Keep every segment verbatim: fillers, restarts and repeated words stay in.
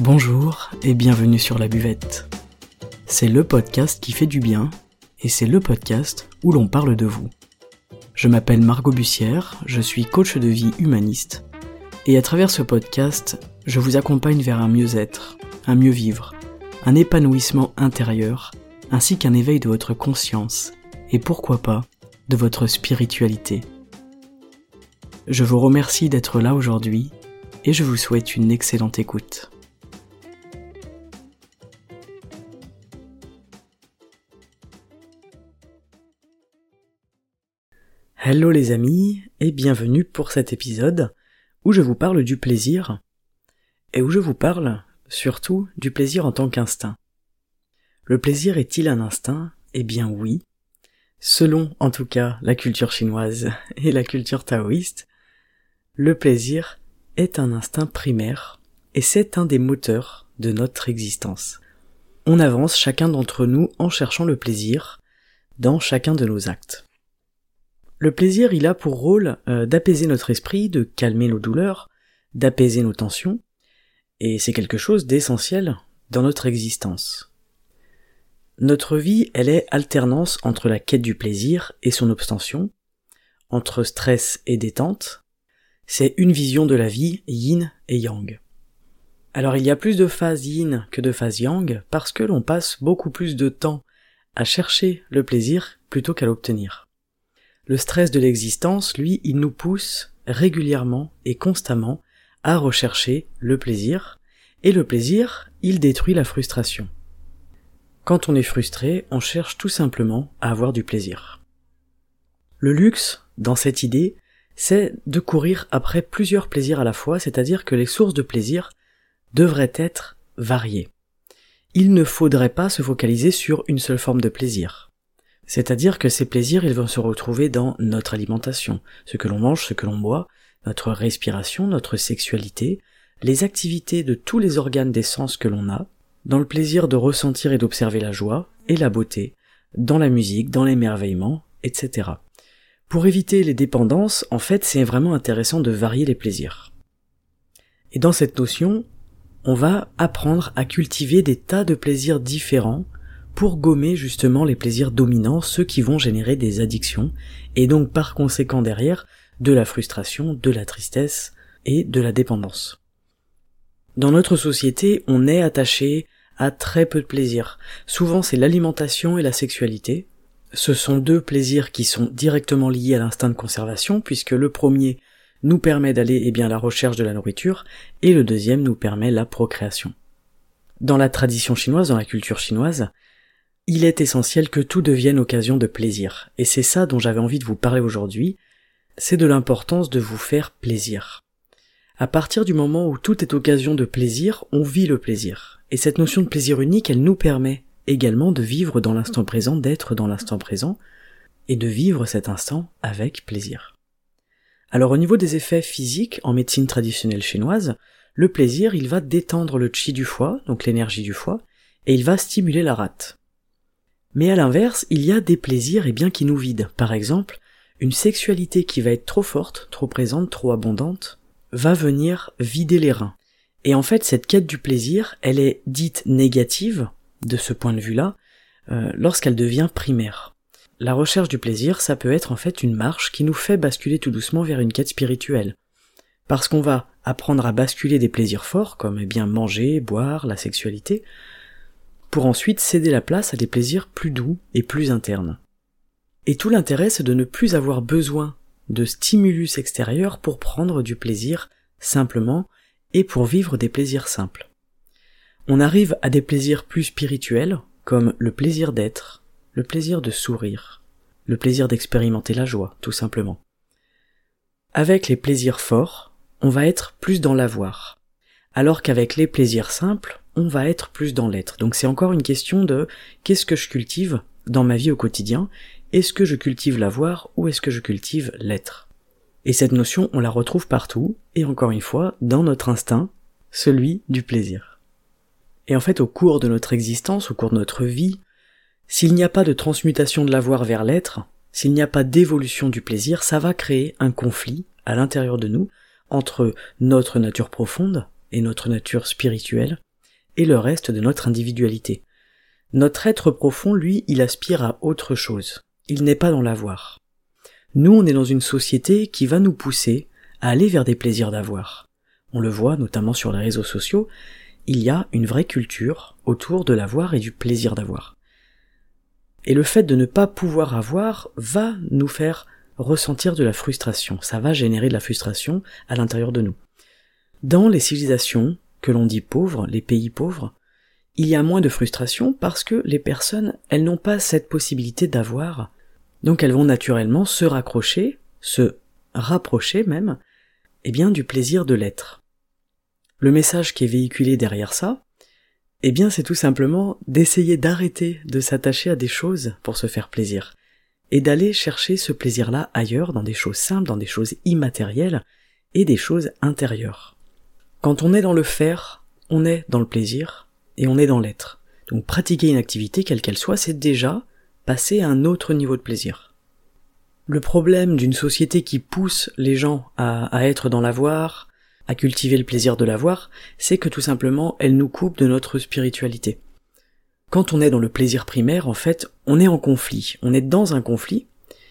Bonjour et bienvenue sur La Buvette. C'est le podcast qui fait du bien et c'est le podcast où l'on parle de vous. Je m'appelle Margot Bussière, je suis coach de vie humaniste et à travers ce podcast, je vous accompagne vers un mieux-être, un mieux vivre, un épanouissement intérieur ainsi qu'un éveil de votre conscience et pourquoi pas de votre spiritualité. Je vous remercie d'être là aujourd'hui et je vous souhaite une excellente écoute. Hello les amis, et bienvenue pour cet épisode où je vous parle du plaisir, et où je vous parle surtout du plaisir en tant qu'instinct. Le plaisir est-il un instinct ? Eh bien oui. Selon en tout cas la culture chinoise et la culture taoïste, le plaisir est un instinct primaire, et c'est un des moteurs de notre existence. On avance chacun d'entre nous en cherchant le plaisir dans chacun de nos actes. Le plaisir, il a pour rôle euh, d'apaiser notre esprit, de calmer nos douleurs, d'apaiser nos tensions, et c'est quelque chose d'essentiel dans notre existence. Notre vie, elle est alternance entre la quête du plaisir et son obtention, entre stress et détente. C'est une vision de la vie yin et yang. Alors il y a plus de phases yin que de phases yang parce que l'on passe beaucoup plus de temps à chercher le plaisir plutôt qu'à l'obtenir. Le stress de l'existence, lui, il nous pousse régulièrement et constamment à rechercher le plaisir, et le plaisir, il détruit la frustration. Quand on est frustré, on cherche tout simplement à avoir du plaisir. Le luxe, dans cette idée, c'est de courir après plusieurs plaisirs à la fois, c'est-à-dire que les sources de plaisir devraient être variées. Il ne faudrait pas se focaliser sur une seule forme de plaisir. C'est-à-dire que ces plaisirs, ils vont se retrouver dans notre alimentation, ce que l'on mange, ce que l'on boit, notre respiration, notre sexualité, les activités de tous les organes des sens que l'on a, dans le plaisir de ressentir et d'observer la joie et la beauté, dans la musique, dans l'émerveillement, et cetera. Pour éviter les dépendances, en fait, c'est vraiment intéressant de varier les plaisirs. Et dans cette notion, on va apprendre à cultiver des tas de plaisirs différents pour gommer justement les plaisirs dominants, ceux qui vont générer des addictions, et donc par conséquent derrière, de la frustration, de la tristesse et de la dépendance. Dans notre société, on est attaché à très peu de plaisirs. Souvent c'est l'alimentation et la sexualité. Ce sont deux plaisirs qui sont directement liés à l'instinct de conservation, puisque le premier nous permet d'aller eh bien, à la recherche de la nourriture, et le deuxième nous permet la procréation. Dans la tradition chinoise, dans la culture chinoise, il est essentiel que tout devienne occasion de plaisir, et c'est ça dont j'avais envie de vous parler aujourd'hui, c'est de l'importance de vous faire plaisir. À partir du moment où tout est occasion de plaisir, on vit le plaisir, et cette notion de plaisir unique, elle nous permet également de vivre dans l'instant présent, d'être dans l'instant présent, et de vivre cet instant avec plaisir. Alors au niveau des effets physiques, en médecine traditionnelle chinoise, le plaisir, il va détendre le qi du foie, donc l'énergie du foie, et il va stimuler la rate. Mais à l'inverse, il y a des plaisirs eh bien, qui nous vident. Par exemple, une sexualité qui va être trop forte, trop présente, trop abondante, va venir vider les reins. Et en fait, cette quête du plaisir, elle est dite négative, de ce point de vue-là, euh, lorsqu'elle devient primaire. La recherche du plaisir, ça peut être en fait une marche qui nous fait basculer tout doucement vers une quête spirituelle. Parce qu'on va apprendre à basculer des plaisirs forts, comme eh bien manger, boire, la sexualité, pour ensuite céder la place à des plaisirs plus doux et plus internes. Et tout l'intérêt, c'est de ne plus avoir besoin de stimulus extérieurs pour prendre du plaisir simplement et pour vivre des plaisirs simples. On arrive à des plaisirs plus spirituels, comme le plaisir d'être, le plaisir de sourire, le plaisir d'expérimenter la joie, tout simplement. Avec les plaisirs forts, on va être plus dans l'avoir, alors qu'avec les plaisirs simples, on va être plus dans l'être. Donc c'est encore une question de qu'est-ce que je cultive dans ma vie au quotidien ? Est-ce que je cultive l'avoir ou est-ce que je cultive l'être ? Et cette notion, on la retrouve partout, et encore une fois, dans notre instinct, celui du plaisir. Et en fait, au cours de notre existence, au cours de notre vie, s'il n'y a pas de transmutation de l'avoir vers l'être, s'il n'y a pas d'évolution du plaisir, ça va créer un conflit à l'intérieur de nous entre notre nature profonde et notre nature spirituelle, et le reste de notre individualité. Notre être profond, lui, il aspire à autre chose. Il n'est pas dans l'avoir. Nous, on est dans une société qui va nous pousser à aller vers des plaisirs d'avoir. On le voit notamment sur les réseaux sociaux, il y a une vraie culture autour de l'avoir et du plaisir d'avoir. Et le fait de ne pas pouvoir avoir va nous faire ressentir de la frustration, ça va générer de la frustration à l'intérieur de nous. Dans les civilisations que l'on dit pauvres, les pays pauvres, il y a moins de frustration parce que les personnes, elles n'ont pas cette possibilité d'avoir, donc elles vont naturellement se raccrocher, se rapprocher même, eh bien du plaisir de l'être. Le message qui est véhiculé derrière ça, eh bien c'est tout simplement d'essayer d'arrêter de s'attacher à des choses pour se faire plaisir, et d'aller chercher ce plaisir-là ailleurs, dans des choses simples, dans des choses immatérielles, et des choses intérieures. Quand on est dans le faire, on est dans le plaisir, et on est dans l'être. Donc pratiquer une activité, quelle qu'elle soit, c'est déjà passer à un autre niveau de plaisir. Le problème d'une société qui pousse les gens à, à être dans l'avoir, à cultiver le plaisir de l'avoir, c'est que tout simplement, elle nous coupe de notre spiritualité. Quand on est dans le plaisir primaire, en fait, on est en conflit, on est dans un conflit,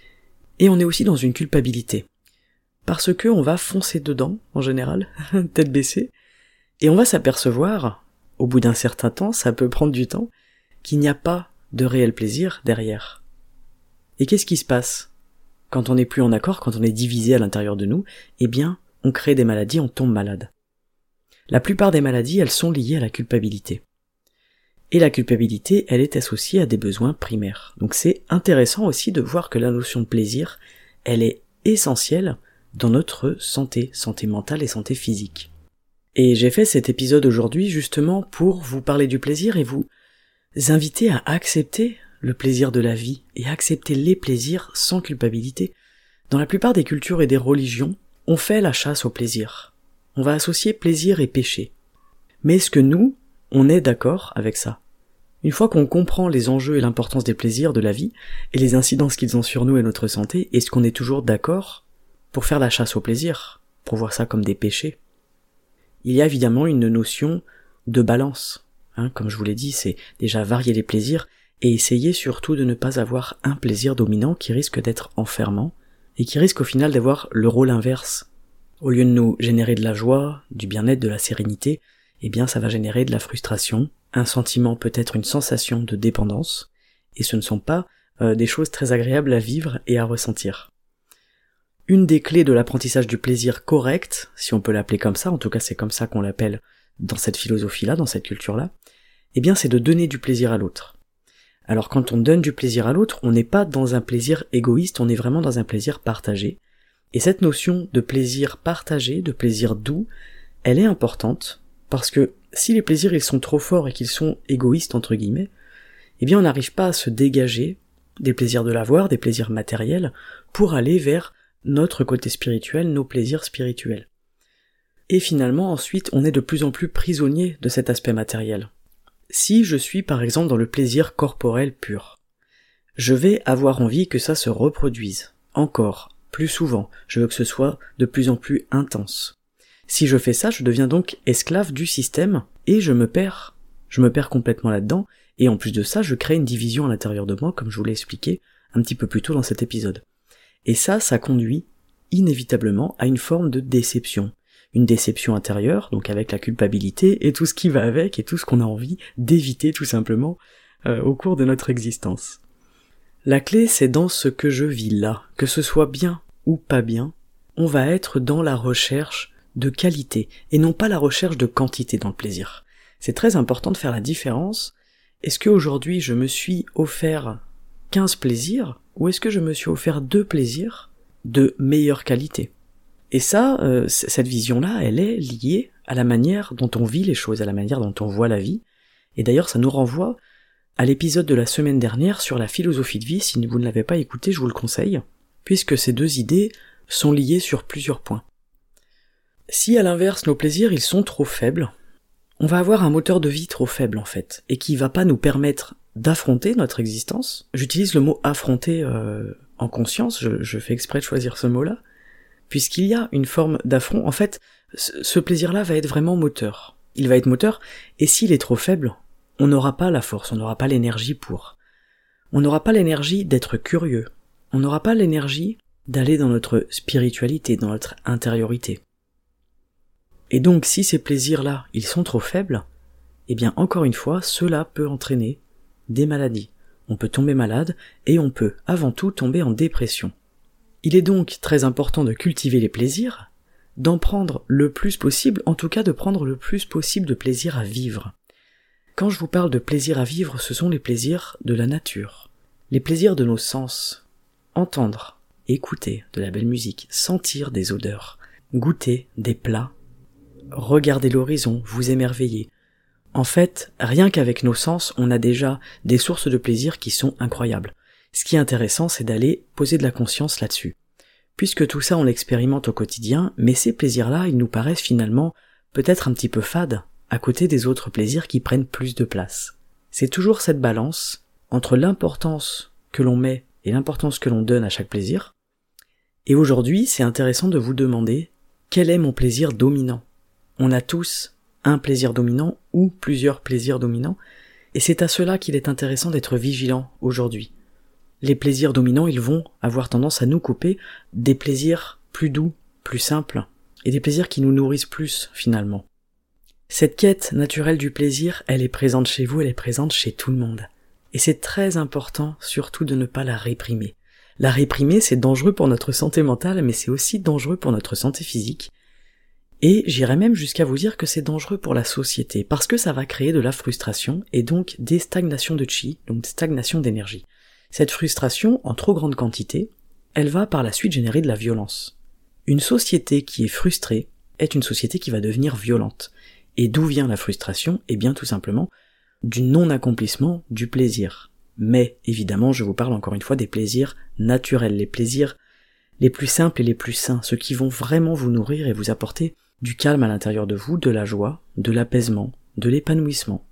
et on est aussi dans une culpabilité. Parce que on va foncer dedans, en général, tête baissée, et on va s'apercevoir, au bout d'un certain temps, ça peut prendre du temps, qu'il n'y a pas de réel plaisir derrière. Et qu'est-ce qui se passe quand on n'est plus en accord, quand on est divisé à l'intérieur de nous? Eh bien, on crée des maladies, on tombe malade. La plupart des maladies, elles sont liées à la culpabilité. Et la culpabilité, elle est associée à des besoins primaires. Donc c'est intéressant aussi de voir que la notion de plaisir, elle est essentielle dans notre santé, santé mentale et santé physique. Et j'ai fait cet épisode aujourd'hui justement pour vous parler du plaisir et vous inviter à accepter le plaisir de la vie et accepter les plaisirs sans culpabilité. Dans la plupart des cultures et des religions, on fait la chasse au plaisir. On va associer plaisir et péché. Mais est-ce que nous, on est d'accord avec ça? Une fois qu'on comprend les enjeux et l'importance des plaisirs de la vie et les incidences qu'ils ont sur nous et notre santé, est-ce qu'on est toujours d'accord pour faire la chasse au plaisir, pour voir ça comme des péchés? Il y a évidemment une notion de balance. Hein, comme je vous l'ai dit, c'est déjà varier les plaisirs et essayer surtout de ne pas avoir un plaisir dominant qui risque d'être enfermant et qui risque au final d'avoir le rôle inverse. Au lieu de nous générer de la joie, du bien-être, de la sérénité, eh bien ça va générer de la frustration, un sentiment, peut-être une sensation de dépendance, et ce ne sont pas euh, des choses très agréables à vivre et à ressentir. Une des clés de l'apprentissage du plaisir correct, si on peut l'appeler comme ça, en tout cas c'est comme ça qu'on l'appelle dans cette philosophie-là, dans cette culture-là, eh bien c'est de donner du plaisir à l'autre. Alors quand on donne du plaisir à l'autre, on n'est pas dans un plaisir égoïste, on est vraiment dans un plaisir partagé. Et cette notion de plaisir partagé, de plaisir doux, elle est importante, parce que si les plaisirs ils sont trop forts et qu'ils sont égoïstes entre guillemets, eh bien on n'arrive pas à se dégager des plaisirs de l'avoir, des plaisirs matériels, pour aller vers notre côté spirituel, nos plaisirs spirituels. Et finalement, ensuite, on est de plus en plus prisonnier de cet aspect matériel. Si je suis par exemple dans le plaisir corporel pur, je vais avoir envie que ça se reproduise, encore, plus souvent, je veux que ce soit de plus en plus intense. Si je fais ça, je deviens donc esclave du système, et je me perds, je me perds complètement là-dedans, et en plus de ça, je crée une division à l'intérieur de moi, comme je vous l'ai expliqué un petit peu plus tôt dans cet épisode. Et ça, ça conduit inévitablement à une forme de déception. Une déception intérieure, donc avec la culpabilité et tout ce qui va avec et tout ce qu'on a envie d'éviter tout simplement euh, au cours de notre existence. La clé, c'est dans ce que je vis là, que ce soit bien ou pas bien, on va être dans la recherche de qualité et non pas la recherche de quantité dans le plaisir. C'est très important de faire la différence. Est-ce qu'aujourd'hui je me suis offert quinze plaisirs ou est-ce que je me suis offert deux plaisirs de meilleure qualité? Et ça, euh, c- cette vision-là, elle est liée à la manière dont on vit les choses, à la manière dont on voit la vie. Et d'ailleurs, ça nous renvoie à l'épisode de la semaine dernière sur la philosophie de vie. Si vous ne l'avez pas écouté, je vous le conseille, puisque ces deux idées sont liées sur plusieurs points. Si à l'inverse, nos plaisirs, ils sont trop faibles, on va avoir un moteur de vie trop faible en fait, et qui va pas nous permettre d'affronter notre existence. J'utilise le mot affronter euh, en conscience, je, je fais exprès de choisir ce mot-là, puisqu'il y a une forme d'affront. En fait, ce, ce plaisir-là va être vraiment moteur. il va être moteur, et s'il est trop faible, on n'aura pas la force, on n'aura pas l'énergie pour. On n'aura pas l'énergie d'être curieux, on n'aura pas l'énergie d'aller dans notre spiritualité, dans notre intériorité. Et donc si ces plaisirs-là, ils sont trop faibles, eh bien encore une fois, cela peut entraîner des maladies. On peut tomber malade et on peut avant tout tomber en dépression. Il est donc très important de cultiver les plaisirs, d'en prendre le plus possible, en tout cas de prendre le plus possible de plaisir à vivre. Quand je vous parle de plaisir à vivre, ce sont les plaisirs de la nature, les plaisirs de nos sens. Entendre, écouter de la belle musique, sentir des odeurs, goûter des plats, regarder l'horizon, vous émerveiller. En fait, rien qu'avec nos sens, on a déjà des sources de plaisir qui sont incroyables. Ce qui est intéressant, c'est d'aller poser de la conscience là-dessus. Puisque tout ça, on l'expérimente au quotidien, mais ces plaisirs-là, ils nous paraissent finalement peut-être un petit peu fades, à côté des autres plaisirs qui prennent plus de place. C'est toujours cette balance entre l'importance que l'on met et l'importance que l'on donne à chaque plaisir. Et aujourd'hui, c'est intéressant de vous demander quel est mon plaisir dominant. On a tous un plaisir dominant ou plusieurs plaisirs dominants, et c'est à cela qu'il est intéressant d'être vigilant aujourd'hui. Les plaisirs dominants, ils vont avoir tendance à nous couper des plaisirs plus doux, plus simples, et des plaisirs qui nous nourrissent plus, finalement. Cette quête naturelle du plaisir, elle est présente chez vous, elle est présente chez tout le monde. Et c'est très important, surtout, de ne pas la réprimer. La réprimer, c'est dangereux pour notre santé mentale, mais c'est aussi dangereux pour notre santé physique. Et j'irais même jusqu'à vous dire que c'est dangereux pour la société, parce que ça va créer de la frustration, et donc des stagnations de chi, donc stagnation d'énergie. Cette frustration, en trop grande quantité, elle va par la suite générer de la violence. Une société qui est frustrée est une société qui va devenir violente. Et d'où vient la frustration ? Eh bien tout simplement du non-accomplissement du plaisir. Mais évidemment, je vous parle encore une fois des plaisirs naturels, les plaisirs les plus simples et les plus sains, ceux qui vont vraiment vous nourrir et vous apporter du calme à l'intérieur de vous, de la joie, de l'apaisement, de l'épanouissement.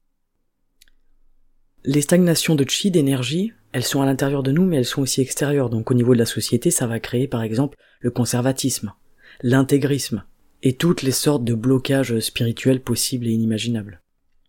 Les stagnations de chi, d'énergie, elles sont à l'intérieur de nous, mais elles sont aussi extérieures. Donc au niveau de la société, ça va créer par exemple le conservatisme, l'intégrisme, et toutes les sortes de blocages spirituels possibles et inimaginables.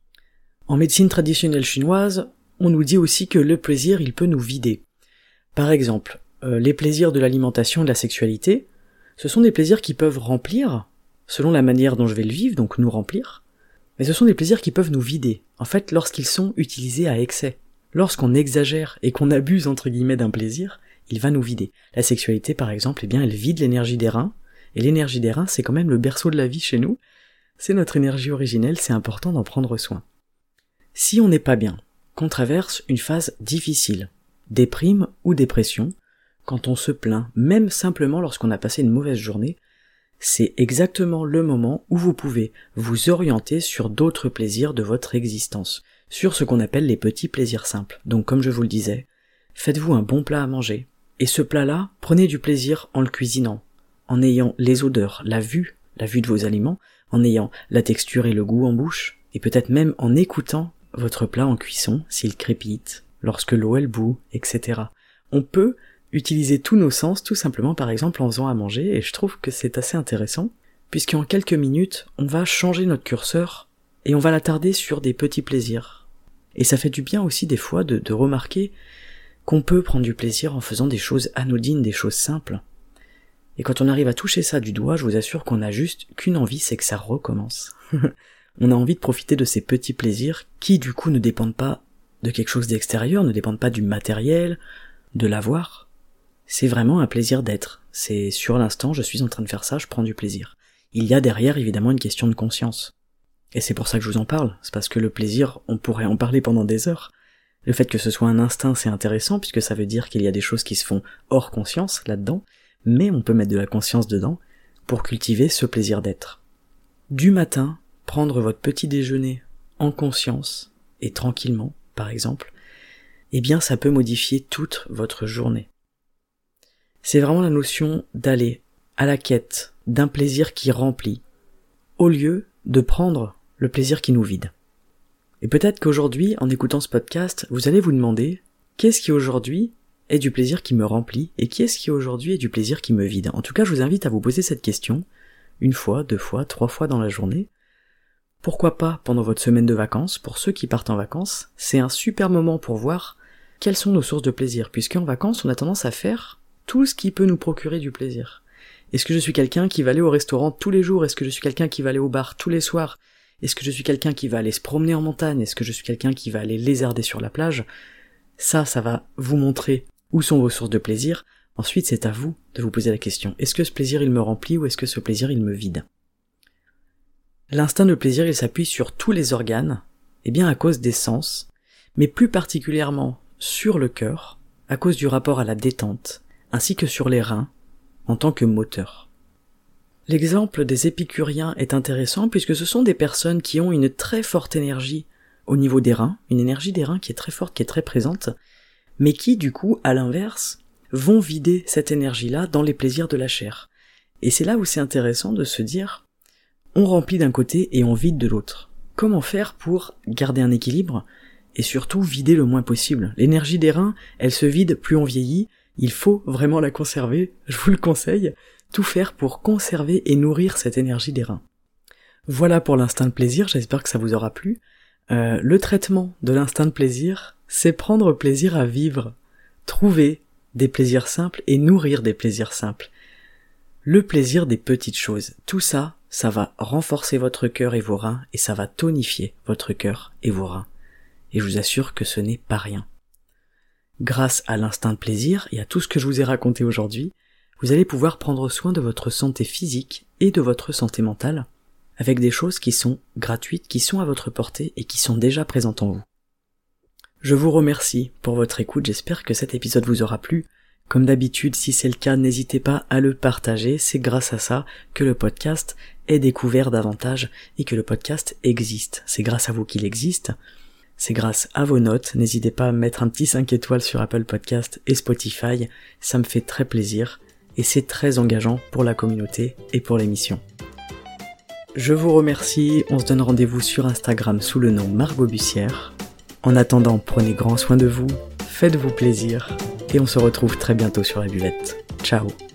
En médecine traditionnelle chinoise, on nous dit aussi que le plaisir, il peut nous vider. Par exemple, euh, les plaisirs de l'alimentation et de la sexualité, ce sont des plaisirs qui peuvent remplir, selon la manière dont je vais le vivre, donc nous remplir, mais ce sont des plaisirs qui peuvent nous vider, en fait, lorsqu'ils sont utilisés à excès. Lorsqu'on exagère et qu'on abuse entre guillemets d'un plaisir, il va nous vider. La sexualité, par exemple, eh bien, elle vide l'énergie des reins, et l'énergie des reins, c'est quand même le berceau de la vie chez nous, c'est notre énergie originelle, c'est important d'en prendre soin. Si on n'est pas bien, qu'on traverse une phase difficile, déprime ou dépression, quand on se plaint, même simplement lorsqu'on a passé une mauvaise journée, c'est exactement le moment où vous pouvez vous orienter sur d'autres plaisirs de votre existence, sur ce qu'on appelle les petits plaisirs simples. Donc comme je vous le disais, faites-vous un bon plat à manger, et ce plat-là, prenez du plaisir en le cuisinant, en ayant les odeurs, la vue, la vue de vos aliments, en ayant la texture et le goût en bouche, et peut-être même en écoutant votre plat en cuisson, s'il crépite, lorsque l'eau elle bout, et cetera. On peut utiliser tous nos sens, tout simplement par exemple en faisant à manger, et je trouve que c'est assez intéressant, puisqu'en quelques minutes, on va changer notre curseur, et on va l'attarder sur des petits plaisirs. Et ça fait du bien aussi des fois de, de remarquer qu'on peut prendre du plaisir en faisant des choses anodines, des choses simples. Et quand on arrive à toucher ça du doigt, je vous assure qu'on a juste qu'une envie, c'est que ça recommence. On a envie de profiter de ces petits plaisirs qui du coup ne dépendent pas de quelque chose d'extérieur, ne dépendent pas du matériel, de l'avoir. C'est vraiment un plaisir d'être. C'est sur l'instant, je suis en train de faire ça, je prends du plaisir. Il y a derrière évidemment une question de conscience. Et c'est pour ça que je vous en parle, c'est parce que le plaisir, on pourrait en parler pendant des heures. Le fait que ce soit un instinct, c'est intéressant, puisque ça veut dire qu'il y a des choses qui se font hors conscience, là-dedans, mais on peut mettre de la conscience dedans pour cultiver ce plaisir d'être. Du matin, prendre votre petit déjeuner en conscience, et tranquillement, par exemple, eh bien ça peut modifier toute votre journée. C'est vraiment la notion d'aller à la quête d'un plaisir qui remplit, au lieu de prendre le plaisir qui nous vide. Et peut-être qu'aujourd'hui, en écoutant ce podcast, vous allez vous demander, qu'est-ce qui aujourd'hui est du plaisir qui me remplit, et qu'est-ce qui aujourd'hui est du plaisir qui me vide ? En tout cas, je vous invite à vous poser cette question, une fois, deux fois, trois fois dans la journée, Pourquoi pas pendant votre semaine de vacances, pour ceux qui partent en vacances, c'est un super moment pour voir quelles sont nos sources de plaisir, puisqu'en vacances on a tendance à faire tout ce qui peut nous procurer du plaisir. Est-ce que je suis quelqu'un qui va aller au restaurant tous les jours? Est-ce que je suis quelqu'un qui va aller au bar tous les soirs? Est-ce que je suis quelqu'un qui va aller se promener en montagne? Est-ce que je suis quelqu'un qui va aller lézarder sur la plage? Ça, ça va vous montrer où sont vos sources de plaisir. Ensuite, c'est à vous de vous poser la question. Est-ce que ce plaisir, il me remplit ou est-ce que ce plaisir, il me vide? L'instinct de plaisir, il s'appuie sur tous les organes, eh bien à cause des sens, mais plus particulièrement sur le cœur, à cause du rapport à la détente, ainsi que sur les reins, en tant que moteur. L'exemple des épicuriens est intéressant puisque ce sont des personnes qui ont une très forte énergie au niveau des reins, une énergie des reins qui est très forte, qui est très présente, mais qui, du coup, à l'inverse, vont vider cette énergie-là dans les plaisirs de la chair. Et c'est là où c'est intéressant de se dire, on remplit d'un côté et on vide de l'autre. Comment faire pour garder un équilibre et surtout vider le moins possible? L'énergie des reins, elle se vide plus on vieillit, il faut vraiment la conserver, je vous le conseille, tout faire pour conserver et nourrir cette énergie des reins. Voilà pour l'instinct de plaisir, j'espère que ça vous aura plu. Euh, le traitement de l'instinct de plaisir, c'est prendre plaisir à vivre, trouver des plaisirs simples et nourrir des plaisirs simples. Le plaisir des petites choses, tout ça, ça va renforcer votre cœur et vos reins et ça va tonifier votre cœur et vos reins. Et je vous assure que ce n'est pas rien. Grâce à l'instinct de plaisir et à tout ce que je vous ai raconté aujourd'hui, vous allez pouvoir prendre soin de votre santé physique et de votre santé mentale avec des choses qui sont gratuites, qui sont à votre portée et qui sont déjà présentes en vous. Je vous remercie pour votre écoute, j'espère que cet épisode vous aura plu. Comme d'habitude, si c'est le cas, n'hésitez pas à le partager, c'est grâce à ça que le podcast est découvert davantage et que le podcast existe. C'est grâce à vous qu'il existe, c'est grâce à vos notes, n'hésitez pas à mettre un petit cinq étoiles sur Apple Podcast et Spotify, ça me fait très plaisir et c'est très engageant pour la communauté et pour l'émission. Je vous remercie, on se donne rendez-vous sur Instagram sous le nom Margot Bussière. En attendant, prenez grand soin de vous, faites-vous plaisir, et on se retrouve très bientôt sur la buvette. Ciao.